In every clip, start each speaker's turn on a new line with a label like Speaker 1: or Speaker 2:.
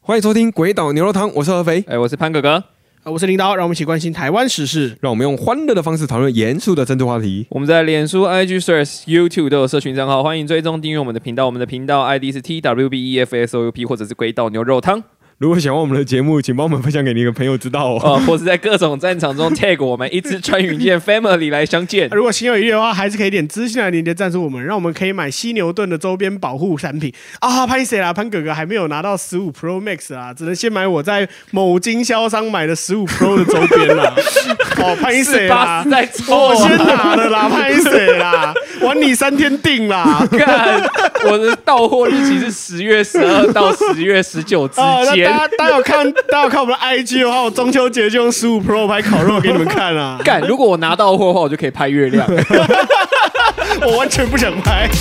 Speaker 1: 欢迎收听《鬼岛牛肉汤》，我是合肥，
Speaker 2: 我是潘哥哥，
Speaker 3: 我是领导，让我们一起关心台湾时事，
Speaker 1: 让我们用欢乐的方式讨论严肃的政治话题。
Speaker 2: 我们在脸书、IG、YouTube 都有社群账号，欢迎追踪订阅我们的频道。我们的频道 ID 是 TWBEFSOUP 或者是鬼岛牛肉汤。
Speaker 1: 如果喜欢我们的节目，请帮我们分享给你的朋友知道哦。
Speaker 2: 或是在各种战场中 tag 我们一支穿云箭 Family 来相见。
Speaker 3: 如果心有余力的话，还是可以点资讯栏链接赞助我们，让我们可以买犀牛盾的周边保护产品啊！拍谁啦？潘哥哥还没有拿到15 Pro Max 啊，只能先买我在某经销商买的15 Pro 的周边啦。哦，拍谁啦？我先拿了啦，拍谁啦？晚你3天订啦！
Speaker 2: 看我的到货日期是10月12到10月19之间。
Speaker 3: 大家有看我们的 IG 的话，我中秋节就用15 Pro 拍烤肉给你们看啊！
Speaker 2: 干，如果我拿到货的话，我就可以拍月亮。
Speaker 3: 我完全不想拍。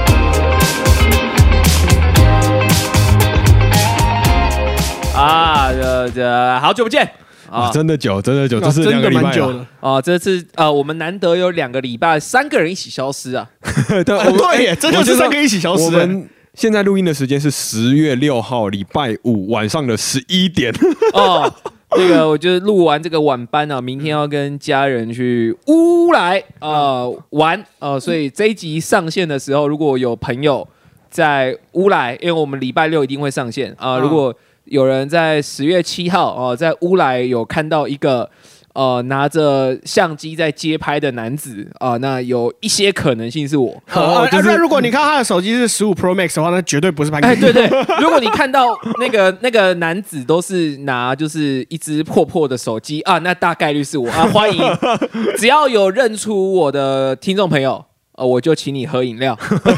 Speaker 2: 好久不见
Speaker 1: 啊！真的久，这是2个礼拜了
Speaker 2: 啊！这次我们难得有2个礼拜3个人一起消失啊！
Speaker 3: 对耶，真的是3个一起消失。
Speaker 1: 我们现在录音的时间是10月6号礼拜5晚上的11点。
Speaker 2: 哦，那个我就录完这个晚班啊，明天要跟家人去乌来玩所以这一集上线的时候，如果有朋友在乌来，因为我们礼拜6一定会上线如果有人在10月7号在乌来有看到一个拿着相机在街拍的男子那有一些可能性是我。
Speaker 3: 如果你看他的手机是15 Pro Max 的话，那绝对不是潘哥。
Speaker 2: 对，如果你看到那个男子都是拿就是一只破破的手机那大概率是我欢迎，只要有认出我的听众朋友我就请你喝饮料。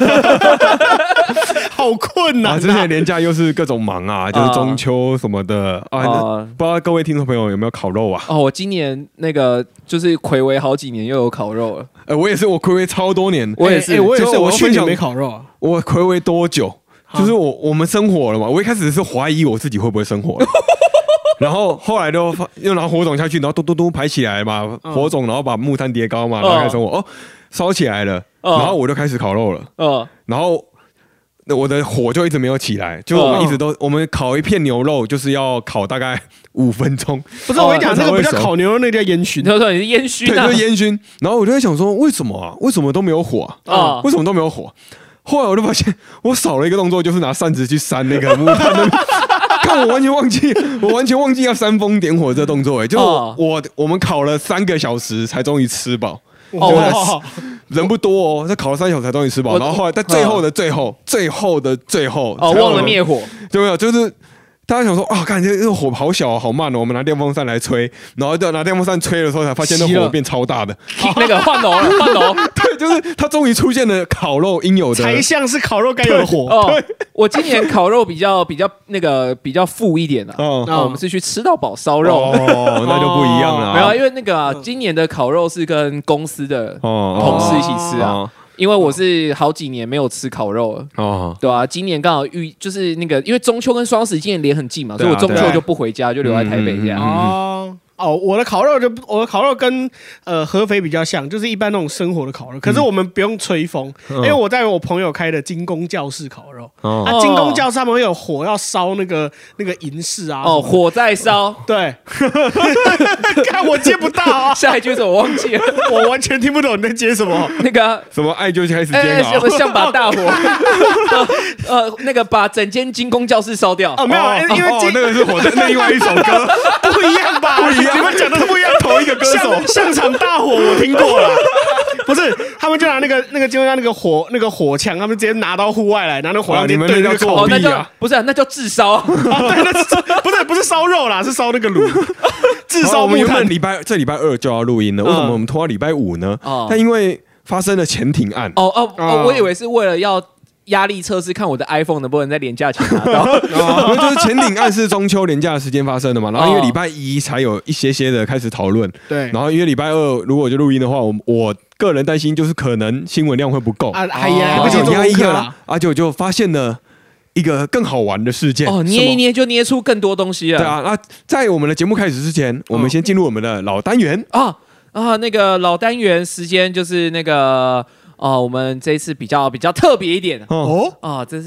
Speaker 3: 好困难
Speaker 1: 之前连假又是各种忙就是中秋什么的不知道各位听众朋友有没有烤肉啊？
Speaker 2: 我今年那个就是睽违好几年又有烤肉了。
Speaker 1: 我也是，我睽违超多年。
Speaker 3: 我也是，我去年没烤肉啊。
Speaker 1: 我睽违多久？就是我们生火了嘛。我一开始是怀疑我自己会不会生火了。然后后来又拿火种下去，然后嘟排起来嘛，火种，然后把木炭叠高嘛，然后开始生火，烧起来了，然后我就开始烤肉了，然后我的火就一直没有起来，就我们一直我们烤一片牛肉就是要烤大概5分钟。
Speaker 3: 不是我跟你讲，那个不叫烤牛肉，那个叫烟熏。
Speaker 2: 你说你是烟熏
Speaker 1: 对，就是烟熏。然后我就在想说，为什么为什么都没有火为什么都没有火？后来我就发现，我少了一个动作，就是拿扇子去扇那个木炭的。看我完全忘记要煽风点火这个动作就我们烤了3个小时才终于吃饱。人不多这烤了3小时才终于吃饱。然后后来在最后的最后
Speaker 2: 忘了灭火，
Speaker 1: 对没有？就是大家想说看这个火好小好慢我们拿电风扇来吹，然后拿电风扇吹的时候才发现那火变超大的。
Speaker 2: 那个换楼
Speaker 1: 对，就是它终于出现了烤肉应有的，
Speaker 3: 才像是烤肉该有的火。
Speaker 2: 我今年烤肉比较富一点我们是去吃到饱烧肉
Speaker 1: 那就不一样了。
Speaker 2: 没有，因为那个今年的烤肉是跟公司的同事一起吃因为我是好几年没有吃烤肉了对啊，今年刚好就是那个，因为中秋跟双十今年连很近嘛，所以我中秋就不回家，就留在台北这样。
Speaker 3: 我的烤肉跟合肥比较像，就是一般那种生火的烤肉，可是我们不用吹风，因为我在我朋友开的精工教室烤肉精工教室他们会有火要烧那个银饰
Speaker 2: 火在烧，
Speaker 3: 对。看我接不到
Speaker 2: 下一句是我忘记了，
Speaker 3: 我完全听不懂你在接什么。
Speaker 2: 那个
Speaker 1: 什么爱就开始煎熬，
Speaker 2: 像把大火那个把整间精工教室烧掉
Speaker 3: 没有，因为
Speaker 1: 那个是火在另外一首歌，
Speaker 3: 不一样吧？你们讲的是不一样，
Speaker 1: 同一个歌手。
Speaker 3: 像场大火我听过了，不是他们就拿那个就像那个火枪，他们直接拿到户外来，拿那火枪对那个烤
Speaker 2: 地不是那叫炙烧
Speaker 3: 对，那不是烧肉啦，是烧那个炉。炙烧木炭。
Speaker 1: 我们原本这礼拜2就要录音了，为什么我们拖到礼拜5呢？但因为发生了潜艇案。
Speaker 2: 我以为是为了要压力测试，看我的 iPhone 能不能在连假前拿到。
Speaker 1: 就是潜艇案是中秋连假的时间发生的嘛，然后因为礼拜1才有一些的开始讨论，
Speaker 3: 对，
Speaker 1: 然后因为礼拜2如果就录音的话，我个人担心就是可能新闻量会不够
Speaker 3: 不行，
Speaker 1: 压抑就发现了一个更好玩的事件
Speaker 2: 捏一捏就捏出更多东西了。
Speaker 1: 对那在我们的节目开始之前，我们先进入我们的老单元
Speaker 2: 那个老单元时间就是那个我们这一次比较特别一点这是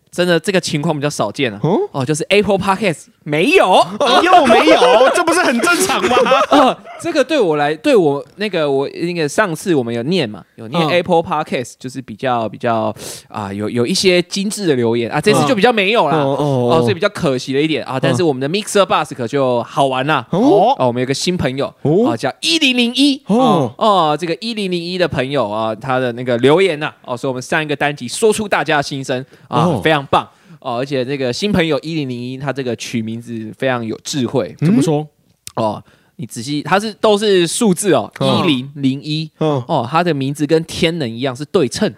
Speaker 2: 真的这个情况比较少见啊。就是 Apple Podcast 没有，
Speaker 3: 又没有，这不是很正常吗？
Speaker 2: 这个对我那个上次我们有念 Apple Podcast， 就是比较有一些精致的留言啊，这次就比较没有啦，所以比较可惜了一点啊。但是我们的 Mixer Bus 可就好玩啦。我们有个新朋友叫1001这个1001的朋友啊，他的那个留言呐所以我们上一个单集说出大家的心声非常棒而且这个新朋友1001他这个取名字非常有智慧，
Speaker 3: 怎么说？
Speaker 2: 你仔细，它都是数字1001它的名字跟天能一样是对称。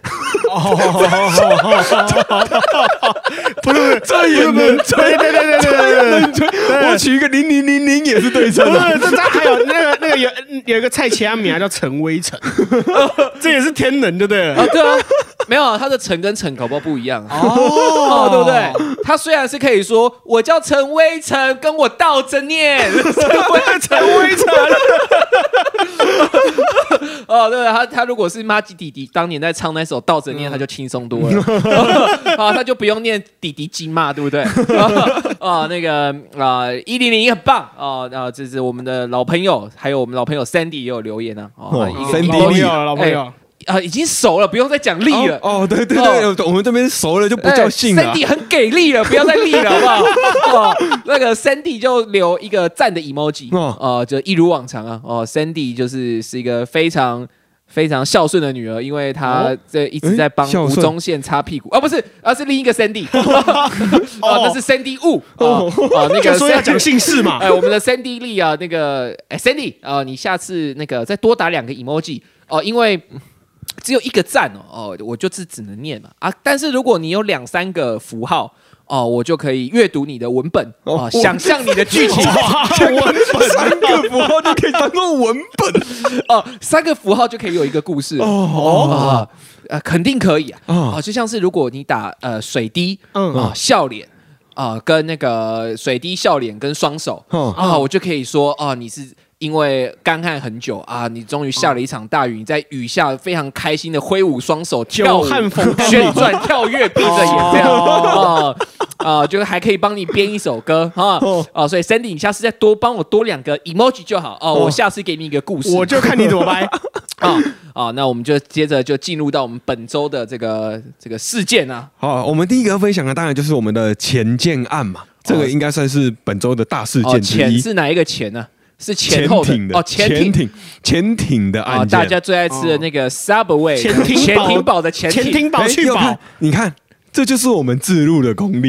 Speaker 3: 不是，这也能吹，对，
Speaker 1: 我取一个0000也是对称的。
Speaker 3: 不是，这还有那个有一个蔡奇阿米叫陈威成，这也是天能，对不对？
Speaker 2: 对啊，没有他的陈跟陈搞不好不一样对不对？他虽然是可以说我叫陈威成，跟我倒着念，陈威成。对，他如果是马吉弟弟当年在唱那首倒着念，他就轻松多了他就不用念弟弟经嘛，对不对？那个1001很棒这是我们的老朋友，还有我们老朋友 Sandy 也有留言
Speaker 3: Sandy 老朋友。
Speaker 2: 已经熟了，不用再讲力了。
Speaker 1: 对，我们这边熟了就不叫姓了。
Speaker 2: Sandy 很给力了，不要再力了，好不好？那个 Sandy 就留一个赞的 emoji，就一如往常Sandy 就是一个非常非常孝顺的女儿，因为她一直在帮吴宗宪擦屁股不是，是另一个 Sandy， 那是 Sandy Wu 那个
Speaker 3: 说要讲姓氏嘛，
Speaker 2: 我们的 Sandy Lee 那个Sandy 你下次那个再多打2个 emoji 因为只有一个赞我就是只能念嘛但是如果你有2-3个符号我就可以阅读你的文本想象你的剧情
Speaker 1: 文本3个符号就可以当做文本
Speaker 2: 3个符号就可以有一个故事肯定可以就像是如果你打水滴笑脸跟那个水滴笑脸跟双手我就可以说你是因为干旱很久你终于下了一场大雨，你在雨下非常开心的挥舞双手跳舞旋转跳跃闭着眼这样就还可以帮你编一首歌所以 Sandy 你下次再帮我多2个 emoji 就好我下次给你一个故事，
Speaker 3: 我就看你怎么掰
Speaker 2: 那我们就接着就进入到我们本周的这个事件
Speaker 1: 好，我们第一个要分享的当然就是我们的钱建案嘛，这个应该算是本周的大事件之一。
Speaker 2: 钱是哪一个钱呢？是前后的
Speaker 1: 潜艇的案件
Speaker 2: 大家最爱吃的那个 Subway 潜艇堡的潜
Speaker 3: 艇堡去堡，
Speaker 1: 你看，这就是我们置入的功力。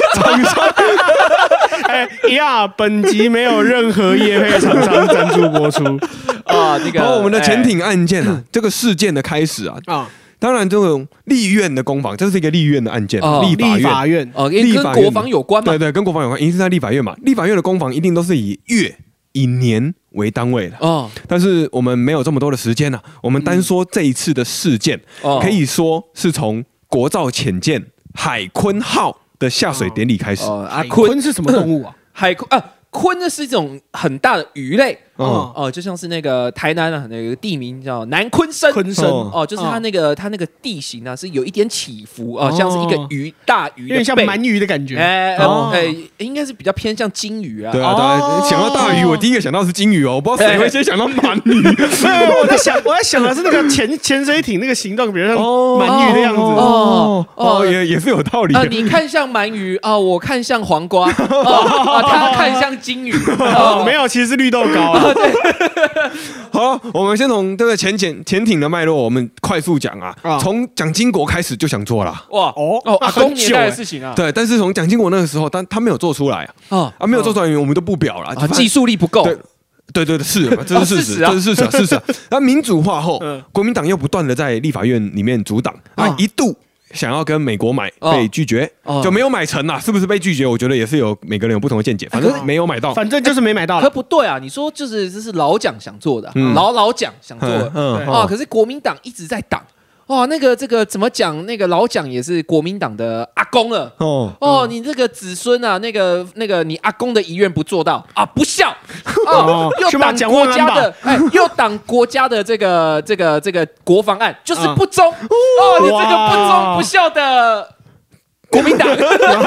Speaker 3: 本集没有任何业配厂商赞助播出
Speaker 1: 我们的潜艇案件这个事件的开始当然，这种立院的攻防，这是一个立院的案件，立法院
Speaker 2: 跟国防有关嘛？
Speaker 1: 对，跟国防有关，一定是在立法院嘛。立法院的攻防一定都是以月、以年为单位的但是我们没有这么多的时间我们单说这一次的事件，可以说是从国造潜舰海鲲号的下水典礼开始。
Speaker 3: 海鲲是什么动物
Speaker 2: 鲲呢是一种很大的鱼类就像是那个台南那个地名叫南鲲生就是它那个地形是有一点起伏像是一个大鱼的背，
Speaker 3: 有点像鳗鱼的感觉
Speaker 2: 应该是比较偏向金鱼
Speaker 1: 对想到大鱼我第一个想到是金鱼我不知道谁会先想到鳗鱼
Speaker 3: 我在想的是那个潜水艇那个形状比较像鳗鱼的样子
Speaker 1: 也是有道理
Speaker 2: 你看像鳗鱼我看像黄瓜他看像金鱼
Speaker 3: 没有，其实是绿豆糕
Speaker 1: 好，我们先从这个潜艇的脉络，我们快速讲从蒋经国开始就想做了
Speaker 2: 阿公年代的事情
Speaker 1: 对，但是从蒋经国那个时候，但他没有做出来没有做出来，我们都不表了
Speaker 2: 技术力不够。
Speaker 1: 对，是，这是事实，这是事实。那民主化后，国民党又不断的在立法院里面阻挡一度想要跟美国买被拒绝就没有买成是不是被拒绝我觉得也是有每个人有不同的见解反正没有买到
Speaker 3: 反正就是没买到
Speaker 2: 可不对你说这是老蒋想做的老蒋想做的可是国民党一直在挡那个这个怎么讲？那个老蒋也是国民党的阿公了你这个子孙那个你阿公的遗愿不做到不孝又挡国家的又挡国家的这个国防案就是不忠你这个不忠不孝的国民党。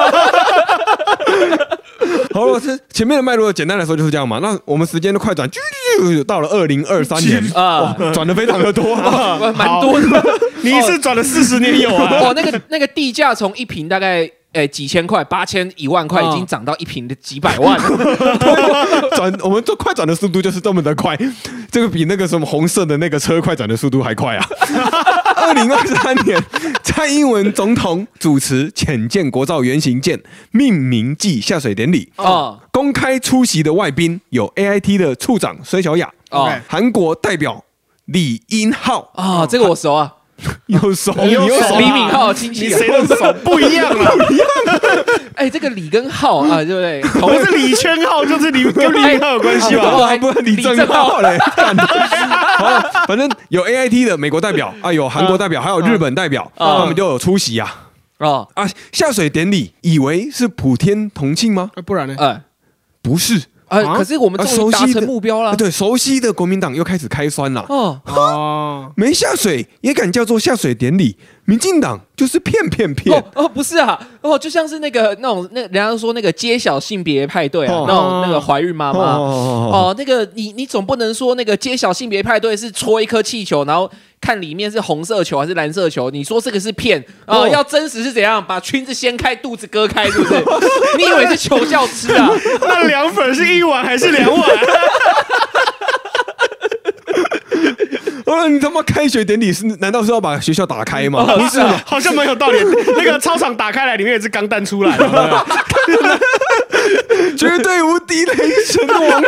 Speaker 1: 好了，这前面的脉络简单来说就是这样嘛。那我们时间都快转，到了2023年啊，转的非常的多，
Speaker 2: 蛮多的。
Speaker 3: 你是转了40年有啊？
Speaker 2: 哦，那个地价从一坪大概几千块、8000、1万块，已经涨到一坪的几百万。
Speaker 1: 我们快转的速度就是这么的快，这个比那个什么红色的那个车快转的速度还快啊！2023年，蔡英文总统主持潜舰国造原型舰命名暨下水典礼公开出席的外宾有 AIT 的处长孙小雅韩国代表李英浩
Speaker 2: 这个我熟啊。
Speaker 1: 有熟，
Speaker 3: 你有熟，
Speaker 2: 李敏镐亲戚，
Speaker 3: 你谁的手不一样啊？
Speaker 2: 这个李跟浩啊，对不对？
Speaker 3: 不是李圈浩，就是跟李敏镐有关系吧？
Speaker 1: 不然李正浩嘞。好了，反正有 AIT 的美国代表有韩国代表，还有日本代表，他们都有出席啊。下水典礼以为是普天同庆吗？
Speaker 3: 不然呢？
Speaker 1: 不是。
Speaker 2: 可是我们终于达成目标了。
Speaker 1: 对，熟悉的国民党又开始开酸了。没下水也敢叫做下水典礼？民进党就是骗。
Speaker 2: 不是啊，就像是那种人家说那个揭晓性别派对啊，那个怀孕妈妈那个你总不能说那个揭晓性别派对是戳一颗气球，然后看里面是红色球还是蓝色球，你说这个是骗要真实是怎样？把裙子掀开，肚子割开，是不是？你以为是求教吃啊？
Speaker 3: 那凉粉是1碗还是2碗？
Speaker 1: 你他妈开学典礼难道是要把学校打开吗？
Speaker 3: 不是，好像蛮有道理。那个操场打开来，里面也是钢弹出来的，
Speaker 1: 绝对无敌雷神王。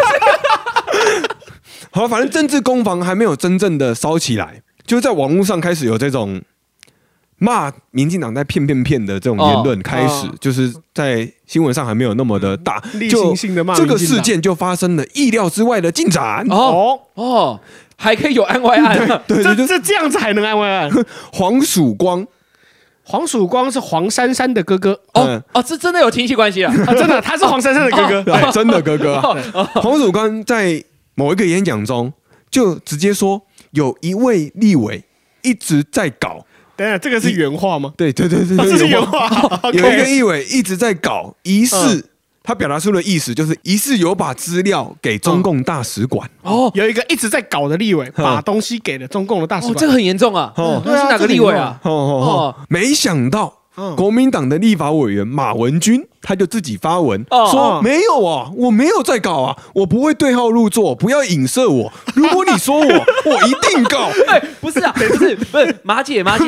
Speaker 1: 好，反正政治攻防还没有真正的烧起来，就在网络上开始有这种骂民进党在骗的这种言论开始，就是在新闻上还没有那么的大，
Speaker 3: 例行性的骂
Speaker 1: 这个事件就发生了意料之外的进展。
Speaker 2: 还可以有案外案，
Speaker 1: 对，
Speaker 3: 这样子还能案外案？
Speaker 1: 黄曙光是
Speaker 3: 黄珊珊的哥哥
Speaker 2: 这真的有亲戚关系啊！
Speaker 3: 真的，他是黄珊珊的哥哥，
Speaker 1: 真的哥哥。黄曙光在某一个演讲中就直接说，有一位立委一直在搞。
Speaker 3: 等一下，这个是原话吗？
Speaker 1: 对，这
Speaker 3: 是原话。
Speaker 1: 有一个立委一直在搞疑似。他表达出的意思就是疑似有把资料给中共大使馆
Speaker 3: 有一个一直在搞的立委把东西给了中共的大使馆，
Speaker 2: 这个很严重啊！那是哪个立委啊？
Speaker 1: 没想到国民党的立法委员马文君他就自己發文说没有啊，我没有在搞啊，我不会对号入座，不要影射我。如果你说我一定告。
Speaker 2: 不是啊，不是马姐啊，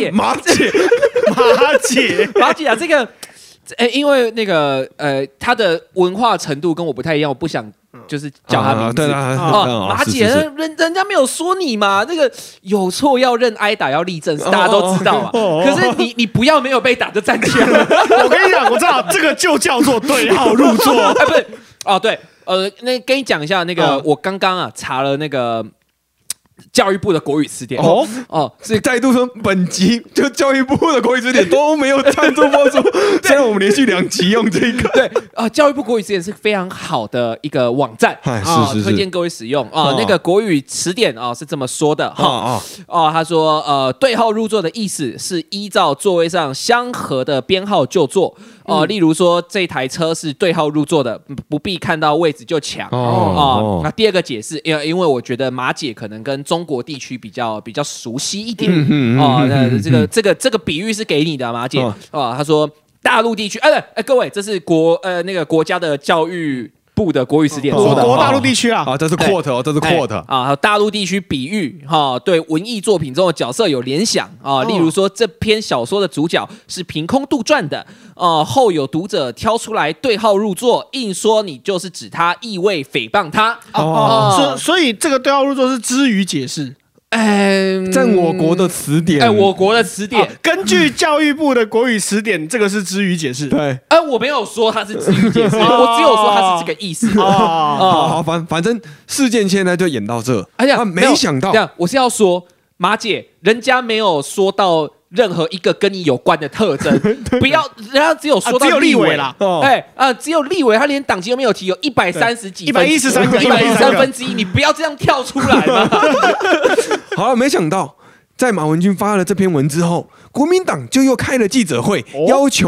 Speaker 2: 这个。因为那个他的文化程度跟我不太一样，我不想就是叫他名字。马姐，人家没有说你嘛，那个有错要认，挨打要立正，大家都知道啊。可是你不要没有被打就站起来了。
Speaker 3: 我跟你讲，我知道这个就叫做对号入座。
Speaker 2: 不是对，那跟你讲一下，那个我刚刚查了那个。教育部的国语词典
Speaker 1: 所以再度说，本集就教育部的国语词典都没有赞助播出，虽然我们连续2集用这个。
Speaker 2: 对教育部国语词典是非常好的一个网站，
Speaker 1: 是
Speaker 2: 推荐各位使用那个国语词典是这么说的他说对号入座的意思是依照座位上相合的编号就坐例如说这台车是对号入座的，不必看到位置就抢那第二个解释，因为我觉得马姐可能跟中国地区比较熟悉一点这个比喻是给你的马姐他说大陆地区各位，这是那个国家的教育部的国语词典说的，
Speaker 3: 国大陆地区
Speaker 1: 这是 quote 这是 quote
Speaker 2: 大陆地区比喻对文艺作品中的角色有联想例如说这篇小说的主角是凭空杜撰的后有读者挑出来对号入座，硬说你就是指他，意味诽谤他
Speaker 3: 所以这个对号入座是之于解释。
Speaker 1: 在我国的词典，
Speaker 2: 我国的词典
Speaker 3: 根据教育部的国语词典，这个是之于解释。
Speaker 1: 对，
Speaker 2: 我没有说它是之于解释，我只有说它是这个意思。
Speaker 1: 好，反正事件现在就演到这。没想到，
Speaker 2: 我是要说，马姐，人家没有说到任何一个跟你有关的特征，不要，人家只有说到立委啦，只有立委，他连党籍都没有提，有130几分
Speaker 3: ，113个
Speaker 2: ，113分之一，你不要这样跳出来嘛。
Speaker 1: 好了，没想到在马文君发了这篇文之后，国民党就又开了记者会，要求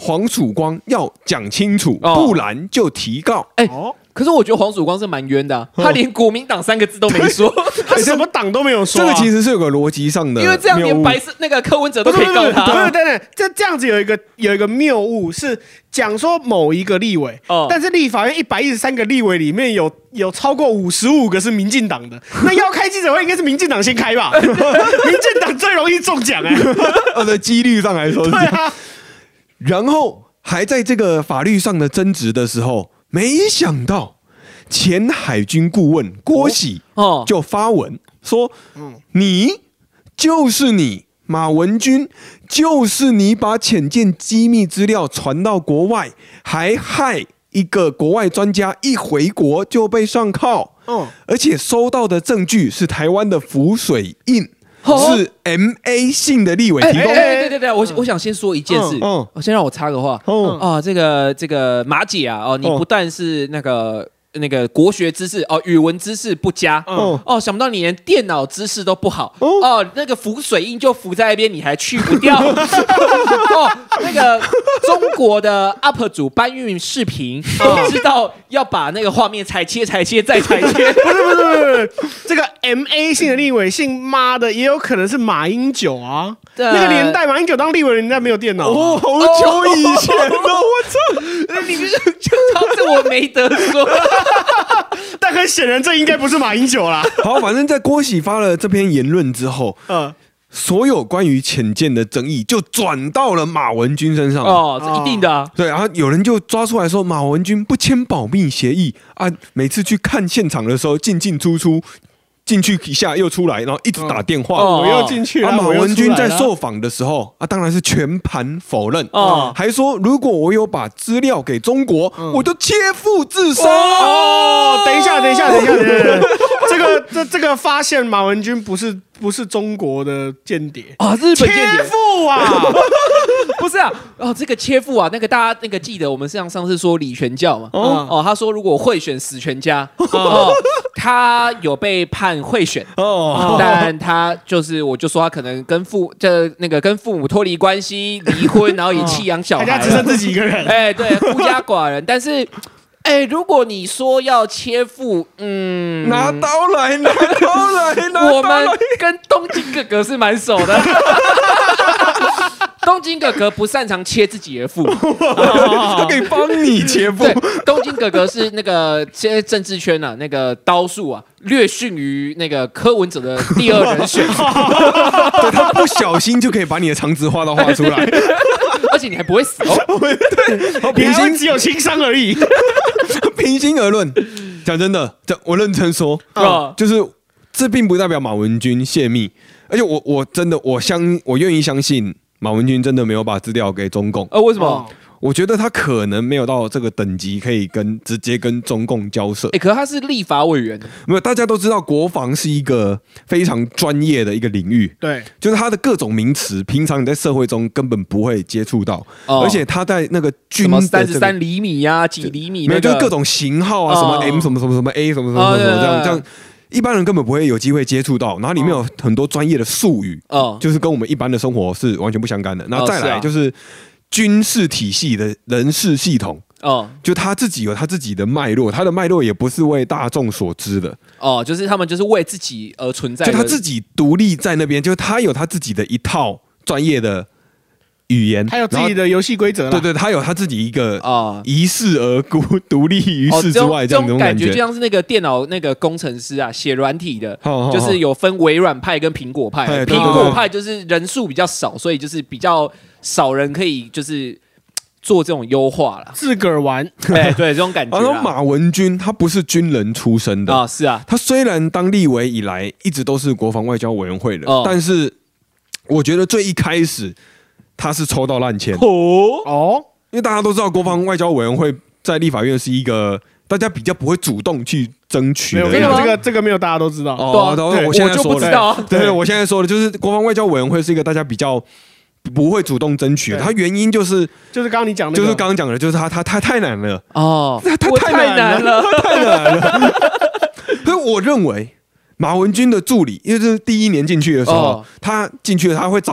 Speaker 1: 黄曙光要讲清楚，不然就提告。
Speaker 2: 可是我觉得黄曙光是蛮冤的，他连国民党3个字都没说，
Speaker 3: 他什么党都没有说。
Speaker 1: 这个其实是有个逻辑上的，
Speaker 2: 因为这样连白色那个柯文哲都可以告他。
Speaker 3: 对，这样子有一个谬误是讲说某一个立委，但是立法院113个立委里面有超过55个是民进党的，那要开记者会应该是民进党先开吧？民进党最容易中奖
Speaker 1: 的几率上来说是这样。然后还在这个法律上的争执的时候。没想到，前海军顾问郭喜就发文说：“你就是你，马文君就是你，把潜舰机密资料传到国外，还害一个国外专家一回国就被上铐。而且收到的证据是台湾的浮水印。”是 MA 姓的立委提供。
Speaker 2: 对，我想先说一件事，先让我插个话。这个马姐啊，你不但是那个国学知识语文知识不佳想不到你连电脑知识都不好那个浮水印就浮在那边，你还去不掉那个中国的 UP 主搬运视频都知道要把那个画面裁切再裁切，
Speaker 3: 不是，这个 MA 姓的立委姓妈的，也有可能是马英九啊。那个年代马英九当立委的年代没有电脑
Speaker 1: 好久以前我操！
Speaker 2: 你这我没得说。
Speaker 3: 但很显然，这应该不是马英九啦。
Speaker 1: 好，反正在郭喜发了这篇言论之后，所有关于潜舰的争议就转到了马文君身上。
Speaker 2: 这一定的啊。
Speaker 1: 对，然后有人就抓出来说，马文君不签保密协议啊，每次去看现场的时候进出。进去一下又出来，然后一直打电话，
Speaker 3: 我又进去了。
Speaker 1: 马文君在受访的时候当然是全盘否认，还说如果我有把资料给中国，我就切腹自杀。
Speaker 3: 等一下，这个发现马文君不是中国的间谍
Speaker 2: 啊，日本间谍
Speaker 3: 切腹啊，
Speaker 2: 不是啊，这个切腹啊，那个大家那个记得我们上次说李全教嘛，他说如果贿选死全家，他有被判贿选但他就是我就说他可能跟父母脱离关系，离婚，然后也弃养小孩，
Speaker 3: 他家只剩自己一个人，
Speaker 2: 对，孤家寡人，但是。如果你说要切腹，
Speaker 1: 拿刀来，
Speaker 2: 我们跟东京哥哥是蛮熟的。东京哥哥不擅长切自己的腹，
Speaker 1: 他可以帮你切腹。
Speaker 2: 对，东京哥哥是那个现在政治圈那个刀术略逊于那个柯文哲的第2人选。
Speaker 1: 对，他不小心就可以把你的肠子画出来。
Speaker 2: 而且你还不会死
Speaker 3: 对，平心只有轻伤而已。
Speaker 1: 平心而论，讲真的，我认真说就是这并不代表马文君泄密，而且我愿意相信马文君真的没有把资料给中共。
Speaker 2: 为什么？
Speaker 1: 我觉得他可能没有到这个等级，可以直接跟中共交涉。
Speaker 2: 可是他是立法委员，
Speaker 1: 没有，大家都知道国防是一个非常专业的一个领域，
Speaker 3: 对，
Speaker 1: 就是它的各种名词，平常你在社会中根本不会接触到，而且他在那个军的
Speaker 2: 33厘米呀，几厘米，
Speaker 1: 没有，就是各种型号什么 M 什么 A 什么这样。一般人根本不会有机会接触到，然后里面有很多专业的术语，就是跟我们一般的生活是完全不相干的。然后再来就是军事体系的人事系统，就他自己有他自己的脉络，他的脉络也不是为大众所知的，
Speaker 2: 就是他们就是为自己而存在的，
Speaker 1: 就他自己独立在那边，就是他有他自己的一套专业的语言，
Speaker 3: 他有自己的游戏规则，
Speaker 1: 对，他有他自己一个遗世而独立于世之外这种
Speaker 2: 感觉，就像是那个电脑那个工程师写软体的，就是有分微软派跟苹果派，苹果派就是人数比较少，所以就是比较少人可以就是做这种优化啦，
Speaker 3: 自个儿玩，
Speaker 2: 对这种感觉。
Speaker 1: 然后马文君他不是军人出身的
Speaker 2: 是啊，
Speaker 1: 他虽然当立委以来一直都是国防外交委员会的，但是我觉得最一开始。他是抽到烂签因为大家都知道国防外交委员会在立法院是一个大家比较不会主动去争取的。
Speaker 3: 没有这个没有大家都知道
Speaker 1: 我现在
Speaker 2: 就不知道。
Speaker 1: 对，我现在说的就是国防外交委员会是一个大家比较不会主动争取的。它原因就是
Speaker 3: 刚刚你讲的，
Speaker 1: 就是刚刚讲的，就是它太难了
Speaker 2: 它太难了。
Speaker 1: 所以我认为马文君的助理，因为这是第1年进去的时候，他进去了，他会找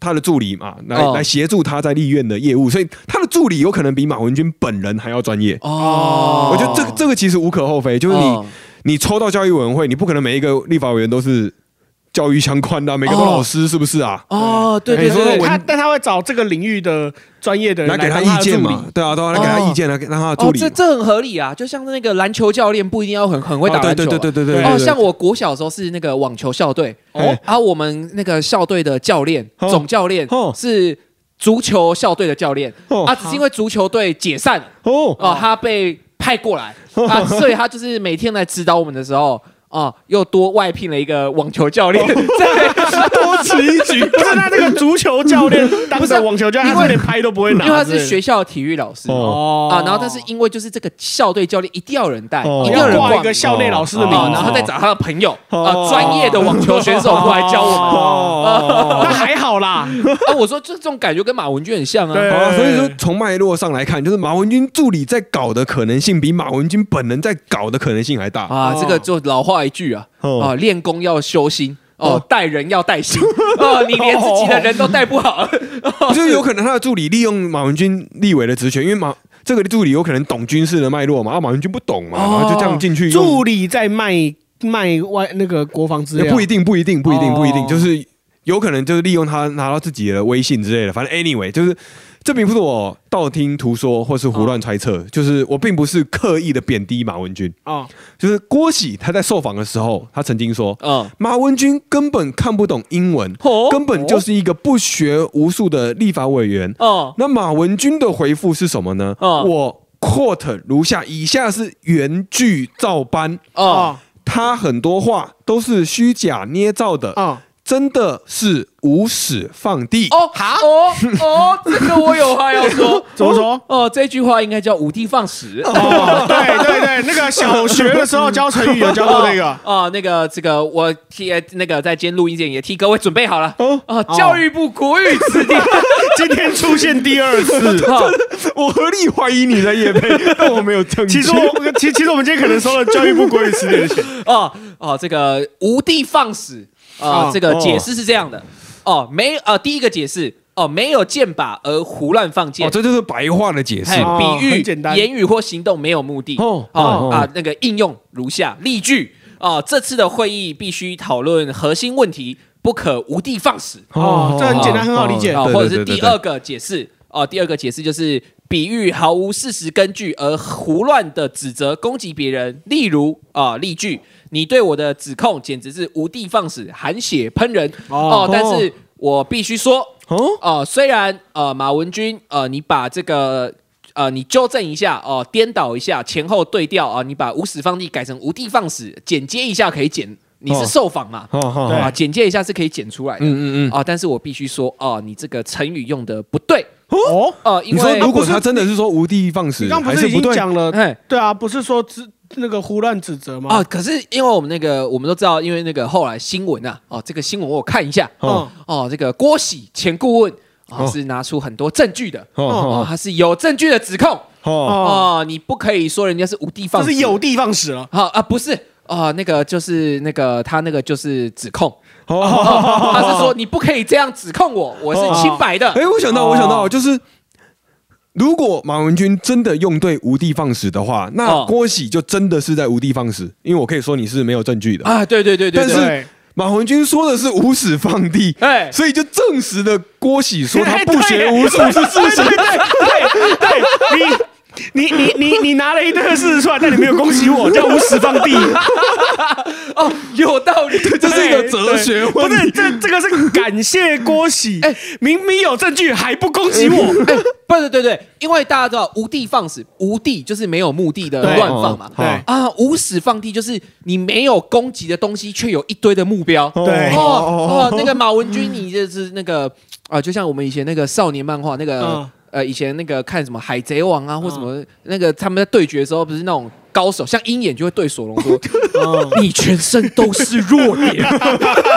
Speaker 1: 他的助理嘛，来协助他在立院的业务，所以他的助理有可能比马文君本人还要专业。我觉得这个其实无可厚非，就是你抽到教育委员会，你不可能每一个立法委员都是教育相关的，每个都老师，是不是啊？
Speaker 2: 对对对，
Speaker 3: 但他会找这个领域的专业的人
Speaker 1: 来给他意见嘛？对啊，都要来给他意见，来让他助理。
Speaker 2: 这很合理啊，就像那个篮球教练不一定要很会打篮球，
Speaker 1: 对。
Speaker 2: 像我国小的时候是那个网球校队，我们那个校队的教练总教练是足球校队的教练，只是因为足球队解散他被派过来所以他就是每天来指导我们的时候。又多外聘了一个网球教练，
Speaker 3: 多此一举。不是他那个足球教练当着网球教练，他连拍都不会拿，
Speaker 2: 因为他是学校的体育老师然后但是因为就是这个校队教练一定要有人带，一定要
Speaker 3: 挂一个校内老师的名，
Speaker 2: 然后他再找他的朋友专业的网球选手过来教我
Speaker 3: 们。那还好啦。
Speaker 2: 我说这种感觉跟马文君很像啊。
Speaker 1: 所以说从脉络上来看，就是马文君助理在搞的可能性比马文君本人在搞的可能性还大
Speaker 2: 这个就老话一句练功要修心带人要带心你连自己的人都带不好
Speaker 1: 就是有可能他的助理利用马文君立委的职权，因为这个助理有可能懂军事的脉络嘛，马文君不懂嘛，然后就这样进去用。
Speaker 3: 助理在卖外那个国防资料，
Speaker 1: 不一定，就是有可能就是利用他拿到自己的微信之类的，反正 anyway 就是这并不是我道听途说或是胡乱猜测，就是我并不是刻意的贬低马文君就是郭喜他在受访的时候，他曾经说马文君根本看不懂英文根本就是一个不学无术的立法委员那马文君的回复是什么呢我 quote 如下，以下是原句照搬他很多话都是虚假捏造的真的是无始放地
Speaker 2: 这个我有话要说。
Speaker 3: 怎么说？
Speaker 2: 这句话应该叫无地放矢。
Speaker 3: 对，那个小学的时候教成语有教过那个
Speaker 2: 那个这个我替那个在今天录音前也替各位准备好了教育部国语词典
Speaker 3: 今天出现第二次
Speaker 1: 我合理怀疑你的业配，但我没有证据。
Speaker 3: 其实我们今天可能收了教育部国语词典的钱
Speaker 2: 这个无地放矢这个解释是这样的第一个解释没有箭靶而胡乱放箭
Speaker 1: 这就是白话的解释
Speaker 2: 比喻言语或行动没有目的那个应用如下例句这次的会议必须讨论核心问题不可无的放矢
Speaker 3: 这很简单很好理解
Speaker 2: 或者是第二个解释第二个解释就是比喻毫无事实根据而胡乱的指责攻击别人例如例句你对我的指控简直是无的放矢含血喷人但是我必须说虽然马文君你把这个你纠正一下颠倒一下前后对调你把无始放地改成无的放矢剪接一下可以剪你是受访嘛剪接一下是可以剪出来的但是我必须说你这个成语用的不对
Speaker 1: 因为你说如果他真的是说无的放矢
Speaker 3: 你刚不是已经讲了对啊不是说那个胡乱指责吗
Speaker 2: 可是因为我们都知道因为那个后来新闻这个新闻我有看一下这个郭喜前顾问是拿出很多证据的他是有证据的指控你不可以说人家是无的放矢，
Speaker 3: 这是有的放矢了
Speaker 2: 不是那个就是那个他那个就是指控他是说你不可以这样指控我是清白的
Speaker 1: 我想到就是如果马文君真的用对无的放矢的话那郭喜就真的是在无的放矢因为我可以说你是没有证据的
Speaker 2: 对
Speaker 1: 但是马文君说的是无始放地所以就证实了郭喜说他不学无术是事实
Speaker 3: 对你拿了一堆事实出来但你没有恭喜我叫无始放地
Speaker 2: 有道理
Speaker 1: 这是一个哲学问题
Speaker 3: 不是这个是感谢郭喜明明有证据还不恭喜我
Speaker 2: 对因为大家知道无的放矢无的就是没有目的的乱放嘛无始放地就是你没有攻击的东西却有一堆的目标那个马文君你就是那个就像我们以前那个少年漫画那个以前那个看什么海贼王或什么那个他们在对决的时候不是那种高手像鹰眼就会对索隆说你全身都是弱点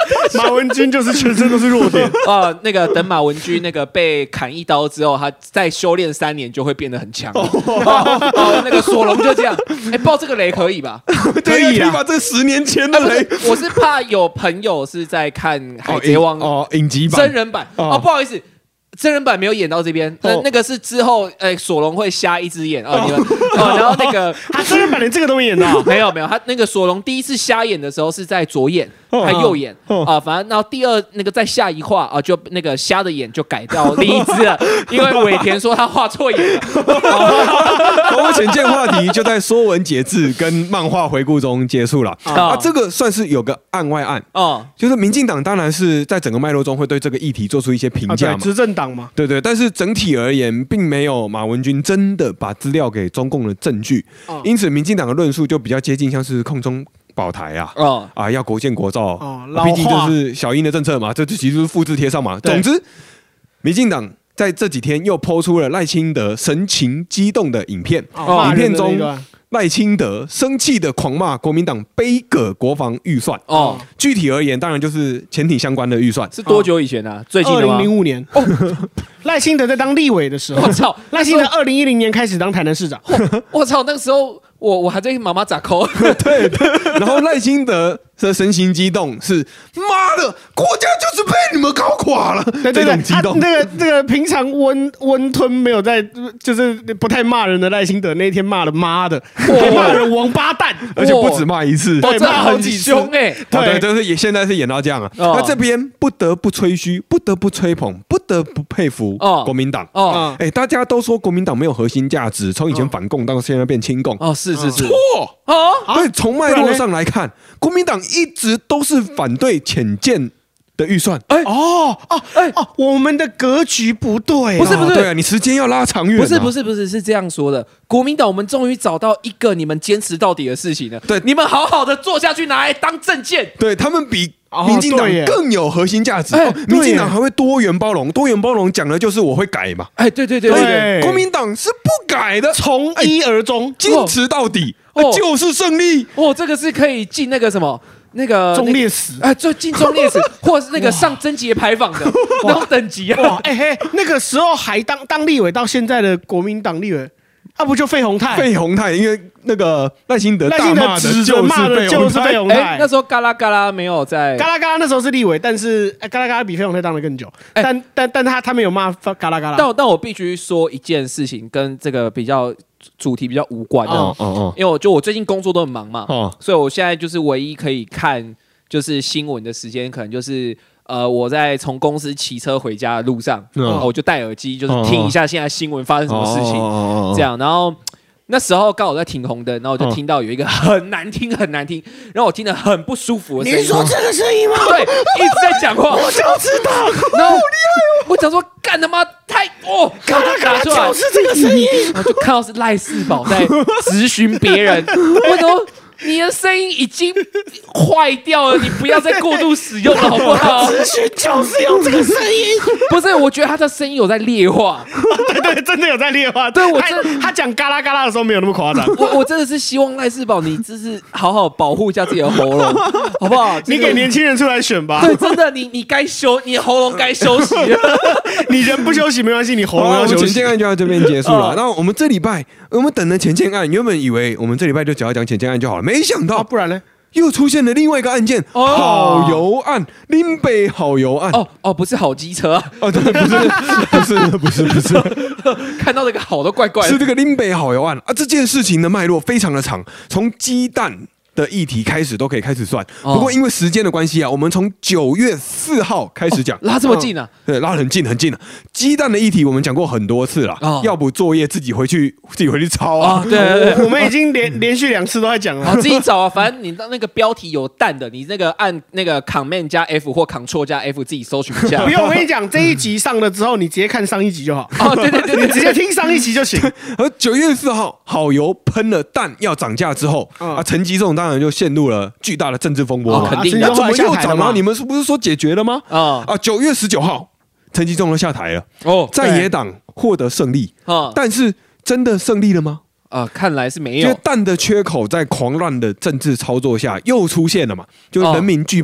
Speaker 3: 马文君就是全身都是弱点
Speaker 2: 那个等马文君那个被砍一刀之后，他再修炼3年就会变得很强。那个索隆就这样，爆这个雷可以吧？
Speaker 1: 可以把这10年前的雷。
Speaker 2: 我是怕有朋友是在看《海贼王》
Speaker 1: 影集版
Speaker 2: 真人版不好意思。真人版没有演到这边，那个是之后，索隆会瞎一只眼你们然后那个
Speaker 3: 他真人版连这个都没演到，
Speaker 2: 没有，他那个索隆第一次瞎眼的时候是在左眼，还右眼反正然后第二那个再下一画就那个瞎的眼就改掉另一只了，因为尾田说他画错眼了。
Speaker 1: 我们浅见话题就在《说文解字》跟漫画回顾中结束了这个算是有个案外案就是民进党当然是在整个脉络中会对这个议题做出一些评价嘛，
Speaker 3: 执政党嘛，
Speaker 1: 对，但是整体而言，并没有马文君真的把资料给中共的证据，因此民进党的论述就比较接近像是空中保台要国建国造毕竟就是小英的政策嘛，这其实就是复制贴上嘛。总之，民进党在这几天又抛出了赖清德神情激动的影片，影片中赖清德生气的狂骂国民党杯葛国防预算具体而言，当然就是潜艇相关的预算。
Speaker 2: 是多久以前啊？最近的吗
Speaker 3: ？2005年赖清德在当立委的时候，
Speaker 2: 我操！
Speaker 3: 赖清德2010年开始当台南市长，
Speaker 2: 我操！那个时候我还在妈妈咋抠？
Speaker 1: 对，然后赖清德的神情激动是妈的，国家就是被你们搞垮了，这种激动。
Speaker 3: 那个平常温吞没有在，就是不太骂人的赖清德，那一天骂了妈的，骂人王八蛋，
Speaker 1: 而且不止骂一次，
Speaker 2: 对，骂好几凶
Speaker 1: 对，就是现在是演到这样啊。那这边不得不吹嘘，不得不吹捧，不得不佩服国民党大家都说国民党没有核心价值，从以前反共到现在变亲共
Speaker 2: 是错
Speaker 1: 对，从脉络上来看，国民党一直都是反对潜舰的预算。
Speaker 3: 我们的格局不对，
Speaker 2: 不是，
Speaker 1: 对啊，你时间要拉长远。
Speaker 2: 不是，是这样说的。国民党，我们终于找到一个你们坚持到底的事情了。
Speaker 1: 对，
Speaker 2: 你们好好的做下去，拿来当政见。
Speaker 1: 对他们比民进党更有核心价值。民进党还会多元包容，多元包容讲的就是我会改嘛。
Speaker 2: 对，
Speaker 1: 国民党是不改的，
Speaker 3: 从一而终，
Speaker 1: 坚持到底，就是胜利。
Speaker 2: 这个是可以进那个什么。那个
Speaker 3: 忠烈祠
Speaker 2: 就进忠烈祠，或者是那个上贞节牌坊的那种等级
Speaker 3: 那个时候还当立委，到现在的国民党立委，不就费鸿泰？
Speaker 1: 费鸿泰，因为那个赖清德
Speaker 3: 指着骂的就是费鸿泰。
Speaker 2: 那时候嘎啦嘎啦没有在，
Speaker 3: 嘎啦嘎啦那时候是立委，但是嘎啦嘎啦比费鸿泰当的更久。但他没有骂嘎啦嘎啦。
Speaker 2: 但我必须说一件事情，跟这个比较。主题比较无关的，因为我最近工作都很忙嘛，所以我现在就是唯一可以看就是新闻的时间，可能就是我在从公司骑车回家的路上，我就戴耳机，就是听一下现在新闻发生什么事情，这样，然后。那时候刚好在停红灯，然后我就听到有一个很难听、然后我听得很不舒服的声音。
Speaker 3: 你说这个声音吗？
Speaker 2: 对，一直在讲话。
Speaker 3: 我就知道，
Speaker 2: 然后好厉害我想说，干他妈太
Speaker 3: 嘎啦嘎啦就是这个声音。
Speaker 2: 然后就看到是赖世宝在质询别人，为什么？你的声音已经坏掉了，你不要再过度使用了，好不好？
Speaker 3: 咨询就是用这个声音，
Speaker 2: 不是？我觉得他的声音有在劣化，
Speaker 3: 对，真的有在劣化。对他讲嘎啦嘎啦的时候没有那么夸张。
Speaker 2: 我真的是希望赖世宝，你就是好好保护一下自己的喉咙，好不好？
Speaker 3: 你给年轻人出来选吧。
Speaker 2: 对，真的，你该休，你喉咙该休息。
Speaker 3: 你人不休息没关系，你喉咙要休息。
Speaker 1: 前建案就到这边结束了。那我们这礼拜，我们等了前建案，原本以为我们这礼拜就只要讲前建案就好了，没想到
Speaker 3: 不然呢？
Speaker 1: 又出现了另外一个案件，好油案，林北好油案。
Speaker 2: 不是好机车啊，
Speaker 1: 对，不是，
Speaker 2: 看到那个好都怪怪的，
Speaker 1: 是这个林北好油案啊。这件事情的脉络非常的长，从鸡蛋的议题开始都可以开始算，不过因为时间的关系我们从9月4号开始讲，
Speaker 2: 拉这么近啊？
Speaker 1: 对，拉很近了。鸡蛋的议题我们讲过很多次了，要不作业自己回去抄啊。
Speaker 2: 对，
Speaker 3: 我们已经连续2次都在讲了，
Speaker 2: 自己找啊。反正你当那个标题有蛋的，你那个按那个 Command 加 F 或 Ctrl 加 F 自己搜寻一下。
Speaker 3: 不用，我跟你讲，这一集上了之后，你直接看上一集就好。
Speaker 2: 对，
Speaker 3: 你直接听上一集就行。
Speaker 1: 而9月4号，好油喷了蛋要涨价之后陈吉仲当然就陷入了巨大的政治风波，
Speaker 2: 肯定的。
Speaker 1: 怎么又涨了？你们不是说解决了吗？9月19号，陈吉仲都下台了，在野党获得胜利，但是真的胜利了吗？
Speaker 2: 看来是没有。
Speaker 1: 因为蛋的缺口在狂乱的政治操作下又出现了嘛，就人民惧怕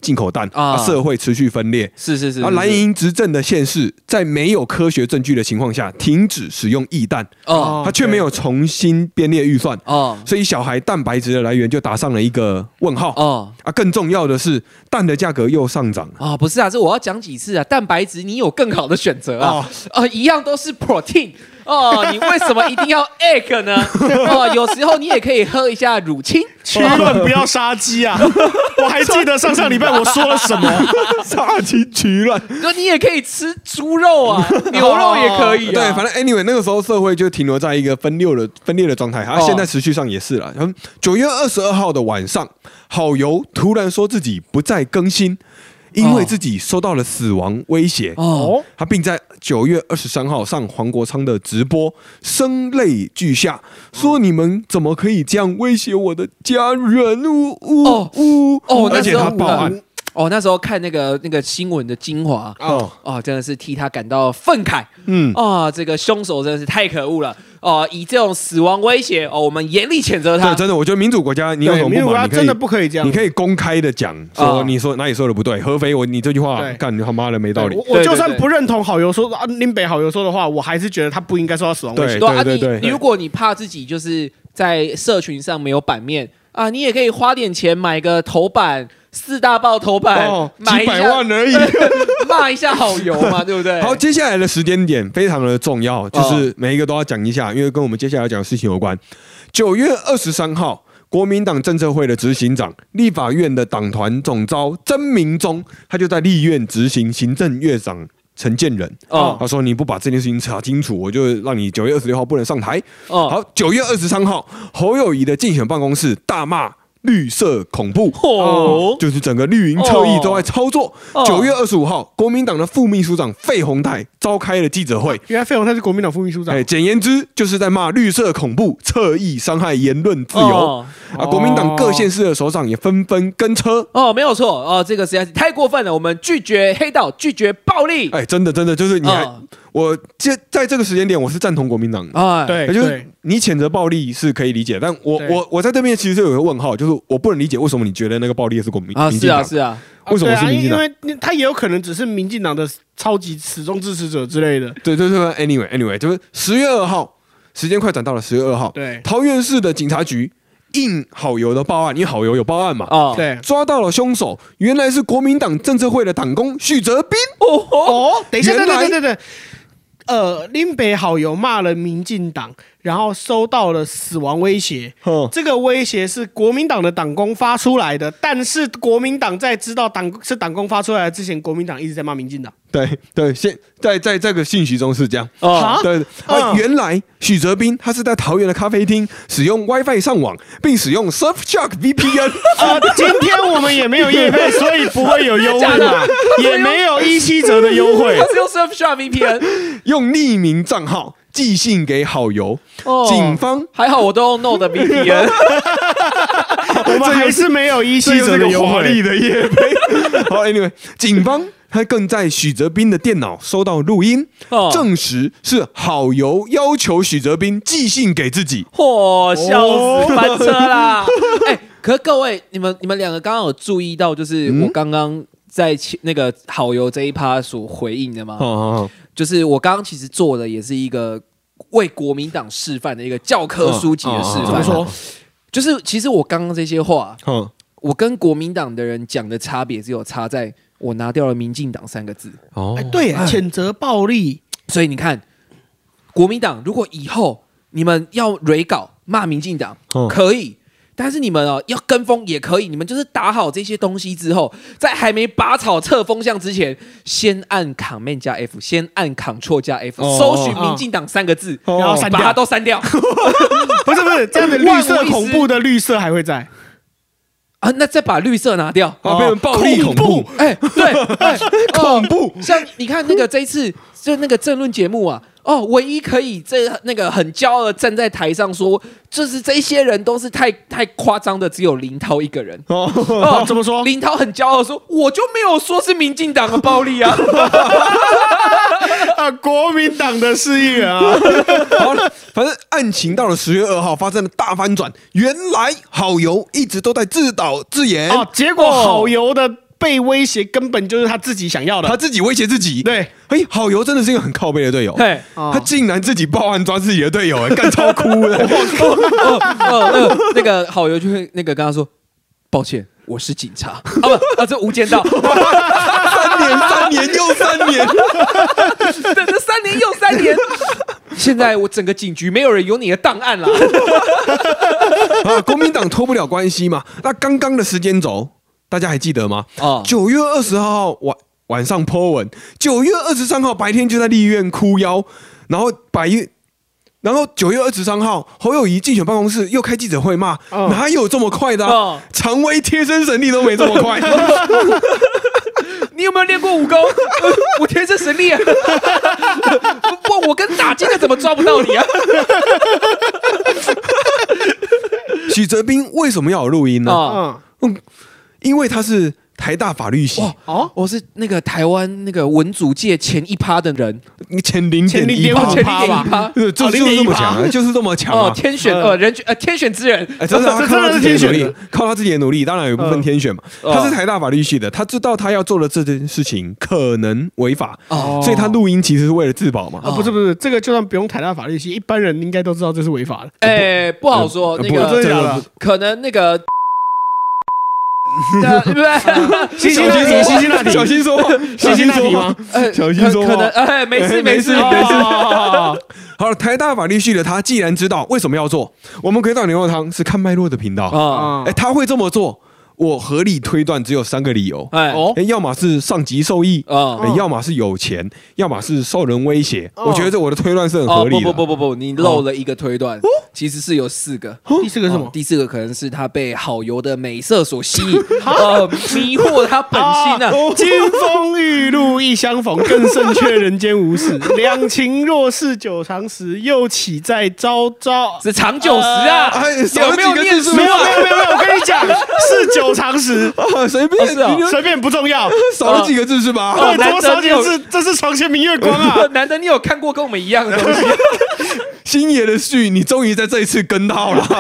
Speaker 1: 进口蛋，社会持续分裂。
Speaker 2: 是。
Speaker 1: 然后蓝营执政的县市在没有科学证据的情况下，停止使用液蛋，他却没有重新编列预算，所以小孩蛋白质的来源就打上了一个问号。更重要的是，蛋的价格又上涨了。
Speaker 2: 不是啊，这我要讲几次啊？蛋白质你有更好的选择啊！一样都是 protein。你为什么一定要 egg 呢？有时候你也可以喝一下乳清。
Speaker 3: 取卵不要杀鸡啊！我还记得上礼拜我说了什么，
Speaker 1: 杀鸡取卵。
Speaker 2: 你也可以吃猪肉啊，牛肉也可以。
Speaker 1: 对，反正 anyway 那个时候社会就停留在一个分裂的状态，现在持续上也是了。9月22号的晚上，好油突然说自己不再更新。因为自己收到了死亡威胁，他并在9月23号上黄国昌的直播，声泪俱下，说你们怎么可以这样威胁我的家人？而且他报案。
Speaker 2: 那时候看那个新闻的精华，真的是替他感到愤慨。这个凶手真的是太可恶了。以这种死亡威胁，我们严厉谴责他。
Speaker 1: 对，真的，我觉得民主国家你有什么不满，
Speaker 3: 真的不可以这样。
Speaker 1: 你可以公开的讲说，你说哪里说的不对，合肥你这句话干你他妈的没道理。
Speaker 3: 我就算不认同好友说林北好友说的话，我还是觉得他不应该受到死亡威胁。
Speaker 1: 对，
Speaker 2: 如果你怕自己就是在社群上没有版面你也可以花点钱买个头版。4大报头版，
Speaker 1: 几百万而已，
Speaker 2: 骂一下好油嘛，对不对？
Speaker 1: 好，接下来的时间点非常的重要，就是每一个都要讲一下，因为跟我们接下来要讲的事情有关。9月23号，国民党政策会的执行长、立法院的党团总召曾明忠，他就在立院执行行政院长陈建仁。他说你不把这件事情查清楚，我就让你9月26号不能上台。好，9月23号，侯友宜的竞选办公室大骂绿色恐怖，就是整个绿营侧翼都在操作。9月25号，国民党的副秘书长费鸿泰召开了记者会。
Speaker 3: 原来费鸿泰是国民党副秘书长。
Speaker 1: 简言之，就是在骂绿色恐怖，侧翼伤害言论自由。国民党各县市的首长也纷纷跟车。
Speaker 2: 没有错。这个实在是太过分了。我们拒绝黑道，拒绝暴力。
Speaker 1: 真的，就是你还。我在这个时间点，我是赞同国民党的。
Speaker 3: 对，
Speaker 1: 就是你谴责暴力是可以理解，但我在这边其实就有个问号，就是我不能理解为什么你觉得那个暴力是民进党？
Speaker 2: 是啊，
Speaker 1: 为什么是民进党？
Speaker 3: 因为他也有可能只是民进党的超级始终支持者之类的。
Speaker 1: 对 ，anyway， 就是10月2号，时间快转到了10月2号。
Speaker 3: 对，
Speaker 1: 桃园市的警察局应好友的报案，因为好友有报案嘛，
Speaker 3: 对，
Speaker 1: 抓到了凶手，原来是国民党政策会的党工许哲斌。
Speaker 3: 等一下，对。林北好友骂了民进党，然后收到了死亡威胁。这个威胁是国民党的党工发出来的，但是国民党在知道是党工发出来的之前，国民党一直在骂民进党。
Speaker 1: 对，在这个信息中是这样。对，原来许哲斌他是在桃园的咖啡厅使用 WiFi 上网，并使用 Surfshark VPN。
Speaker 3: 今天我们也没有业配，所以不会有优惠嘛，也没有17折的优惠。
Speaker 2: 他是用 Surfshark VPN，
Speaker 1: 用匿名账号寄信给好友。警方
Speaker 2: 还好，我都用 Node 的 VPN。
Speaker 3: 我们还是没有17折的优惠。
Speaker 1: 华丽的业配。好 ，anyway， 警方他更在许哲斌的电脑收到录音，证实是好友要求许哲斌寄信给自己。
Speaker 2: 笑死，翻车啦！可是各位，你们两个刚刚有注意到，就是我刚刚在那个好友这一趴所回应的吗？就是我刚刚其实做的也是一个为国民党示范的一个教科书级的示范。
Speaker 3: 怎么说？
Speaker 2: 就是其实我刚刚这些话，我跟国民党的人讲的差别只有差在我拿掉了民进党3个字。
Speaker 3: 对，谴责暴力。
Speaker 2: 所以你看，国民党如果以后你们要蕊稿骂民进党，可以。但是你们要跟风也可以，你们就是打好这些东西之后，在还没拔草测风向之前，先按 Command 加 F， 先按 Ctrl 加 F， 搜寻民进党3个字，
Speaker 3: 然后
Speaker 2: 把它都删掉。
Speaker 3: 不是，这样的绿色恐怖的绿色还会在
Speaker 2: 那再把绿色拿掉，
Speaker 1: 变成暴力恐怖。
Speaker 2: 对，
Speaker 1: 恐怖。
Speaker 2: 像你看那个这一次就那个政论节目啊。唯一可以那个很骄傲的站在台上说，就是这些人都是太夸张的，只有林涛一个人。
Speaker 3: 怎么说？
Speaker 2: 林涛很骄傲地说，我就没有说是民进党的暴力啊。
Speaker 3: 国民党的市议员啊。
Speaker 1: 好了，反正案情到了10月2号发生了大翻转，原来好友一直都在自导自演。
Speaker 3: 结果好友的被威胁根本就是他自己想要的，
Speaker 1: 他自己威胁自己。
Speaker 3: 对，
Speaker 1: 好油真的是一个很靠背的队友，
Speaker 2: 哦
Speaker 1: 他竟然自己报案抓自己的队友，干超哭的。
Speaker 2: 那个好油就会那个跟他说，抱歉，我是警察。这无间道。
Speaker 1: 3年又3年，
Speaker 2: 等了3年又3年。现在我整个警局没有人有你的档案了。
Speaker 1: 国民党脱不了关系嘛？那刚刚的时间轴，大家还记得吗？9月20号晚上 po 文，9月23号白天就在立院哭腰，然后9月23号侯友宜竞选办公室又开记者会骂，哪有这么快的啊？常威贴身神力都没这么快。
Speaker 2: 你有没有练过武功？我天生神力啊！不，我跟打金的怎么抓不到你啊？
Speaker 1: 许哲斌为什么要有录音呢？因为他是台大法律系，
Speaker 2: 我是那个台湾那个文组界前1%的人，
Speaker 1: 前0.1%
Speaker 2: 吧，
Speaker 1: 就是这么强，就是这么强
Speaker 2: 天选天选之人，
Speaker 1: 真的，靠他自己的努力，靠他自己的努力，当然有一部分天选嘛。他是台大法律系的，他知道他要做的这件事情可能违法，所以他录音其实是为了自保嘛。
Speaker 3: 不是，这个就算不用台大法律系，一般人应该都知道这是违法的。
Speaker 2: 不好说，那个可能那个。对不对？
Speaker 3: 西辛辣体，
Speaker 1: 小心说话，
Speaker 3: 西辛辣体吗？
Speaker 1: 小心说话，
Speaker 2: 可能没事。
Speaker 1: 好了，台大法律系的他既然知道为什么要做，我们鬼岛牛肉汤是看脉络的频道他会这么做。我合理推断只有3个理由，要么是上级受益，要么是有钱，要么是受人威胁。我觉得我的推断是很合理的。
Speaker 2: 不，你漏了一个推断，其实是有4个。
Speaker 3: 第4个是什么？
Speaker 2: 第4个可能是他被好油的美色所吸引，迷惑他本心啊。
Speaker 3: 金风玉露一相逢，更胜却人间无事。两情若是久长时，又岂在朝朝？
Speaker 2: 是长久时啊？有没有念书？
Speaker 3: 没有，我跟你讲，是久长时，随便不重要，
Speaker 1: 少了几个字是吧？
Speaker 3: 多少几个字？这是床前明月光啊！
Speaker 2: 难得你有看过跟我们一样的东西。
Speaker 1: 星爷的序，你终于在这一次跟到了。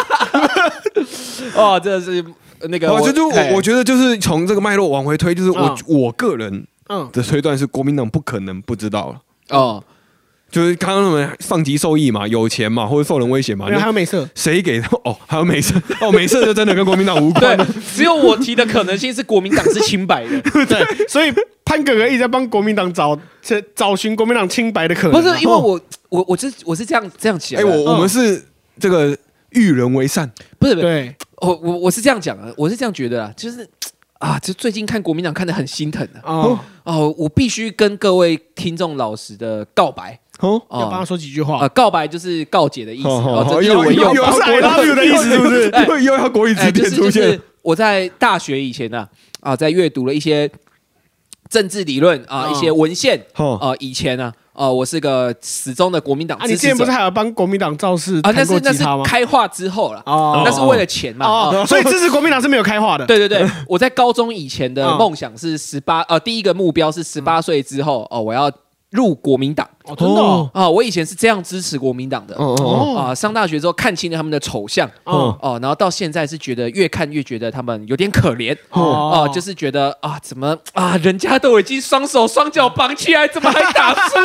Speaker 2: 这是那个，
Speaker 1: 我觉得就是从这个脉络往回推，就是我个人的推断是国民党不可能不知道了。就是刚刚那么上级受益嘛，有钱嘛，或者受人威胁嘛，
Speaker 3: 还有美色，
Speaker 1: 谁给的？还有美色，美色就真的跟国民党无关。
Speaker 2: 对，只有我提的可能性是国民党是清白的。
Speaker 3: 对，所以潘哥哥一直在帮国民党找寻国民党清白的可能。
Speaker 2: 不是，因为我是这样想。
Speaker 1: 我们是这个育人为善，
Speaker 2: 不是
Speaker 3: 对，
Speaker 2: 我是这样讲的，我是这样觉得啊，就是就最近看国民党看得很心疼我必须跟各位听众老实的告白。
Speaker 3: 要帮他说几句话。
Speaker 2: 告白就是告解的意思。
Speaker 1: 又是 I love you 的意思，是不是？又要国语词典出现。
Speaker 2: 我在大学以前在阅读了一些政治理论一些文献以前我是个始终的国民党支持者。
Speaker 3: 你之前不是还有帮国民党造势弹过吉他吗？
Speaker 2: 那是开化之后了，那是为了钱嘛。
Speaker 3: 所以支持国民党是没有开化的。
Speaker 2: 对，我在高中以前的梦想是第一个目标是18岁之后我要入国民党。
Speaker 3: 真的
Speaker 2: 我以前是这样支持国民党的。上大学之后看清了他们的丑相。然后到现在是觉得越看越觉得他们有点可怜。就是觉得怎么人家都已经双手双脚绑起来，怎么还打输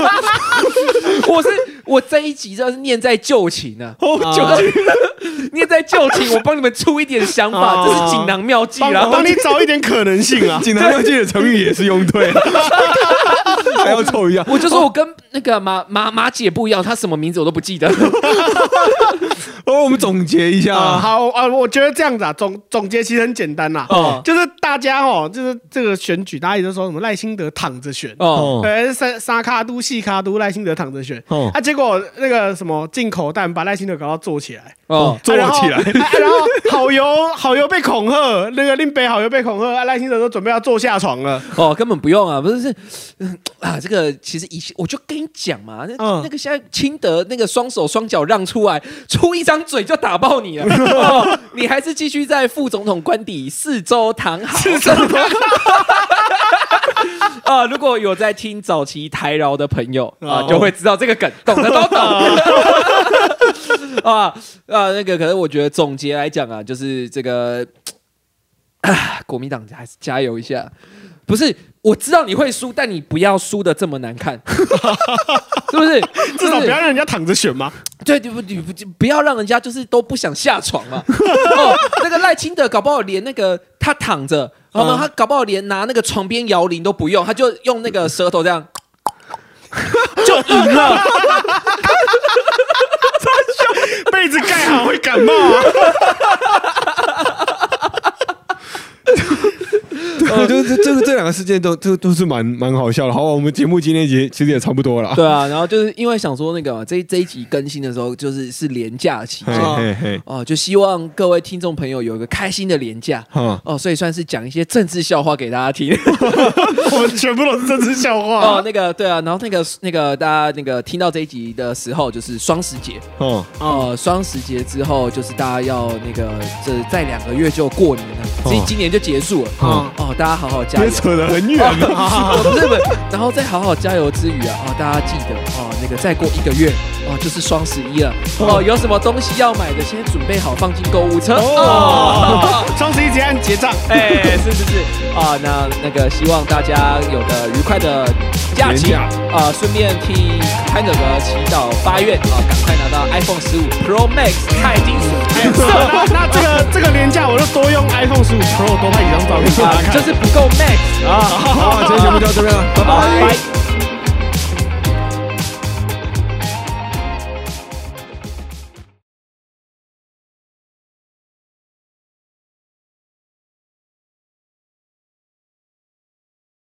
Speaker 2: 我这一集真的是念在旧情啊。念在旧情，我帮你们出一点想法，这是锦囊妙计啦，
Speaker 3: 帮你找一点可能性啊。
Speaker 1: 锦囊妙计的成语也是用对了。还要凑一下，
Speaker 2: 我就说我跟那个马姐不一样，她什么名字我都不记得。
Speaker 1: 我们总结一下
Speaker 3: 好我觉得这样子总结其实很简单啦。就是大家就是这个选举，大家也就说什么赖清德躺着选，沙卡都细卡都赖清德躺着选，结果那个什么进口蛋把赖清德搞到做起来，
Speaker 1: 然后
Speaker 3: 好油被恐吓，那个林北好油被恐吓，赖清德都准备要坐下床了。
Speaker 2: 根本不用不是这个其实我就跟你讲嘛，那个现在清德那个双手双脚让出来，出一张嘴就打爆你了。你还是继续在副总统官邸4周躺好。如果有在听早期台饶的朋友就会知道这个梗，懂的都懂。那个可是我觉得总结来讲就是这个国民党还是加油一下。不是，我知道你会输，但你不要输的这么难看，是不是？
Speaker 3: 至少不要让人家躺着选嘛。
Speaker 2: 对，不要让人家就是都不想下床嘛。那个赖清德搞不好连那个他躺着，然后他搞不好连拿那个床边摇铃都不用，他就用那个舌头这样就赢了。
Speaker 3: 被子盖好会感冒啊。
Speaker 1: 就是这两个事件都是蛮好笑的。好，我们节目今天其实也差不多了。
Speaker 2: 对啊，然后就是因为想说那个这一集更新的时候，是连假期间哦，就希望各位听众朋友有一个开心的连假哦，所以算是讲一些政治笑话给大家听。
Speaker 3: 我们全部都是政治笑话
Speaker 2: 哦。那个对啊，然后那个大家那个听到这一集的时候，就是双十节双十节之后，就是大家要那个再2个月就过年了，所以今年就结束了大家好好加油，
Speaker 1: 别扯得很远
Speaker 2: 不是，然后再好好加油之余大家记得那个再过1个月就是双11了有什么东西要买的，先准备好放进购物车
Speaker 3: 双11直接按结账，
Speaker 2: 是那个希望大家有个愉快的假期顺便替潘哥哥祈祷发愿赶快拿到 iPhone 15 Pro Max 钛金属。
Speaker 3: 那这个年假我就多用 iPhone 15 Pro 多拍几张照片给大家看，
Speaker 2: 就是不够 Max
Speaker 1: 好，今天节目就到这边了，拜拜。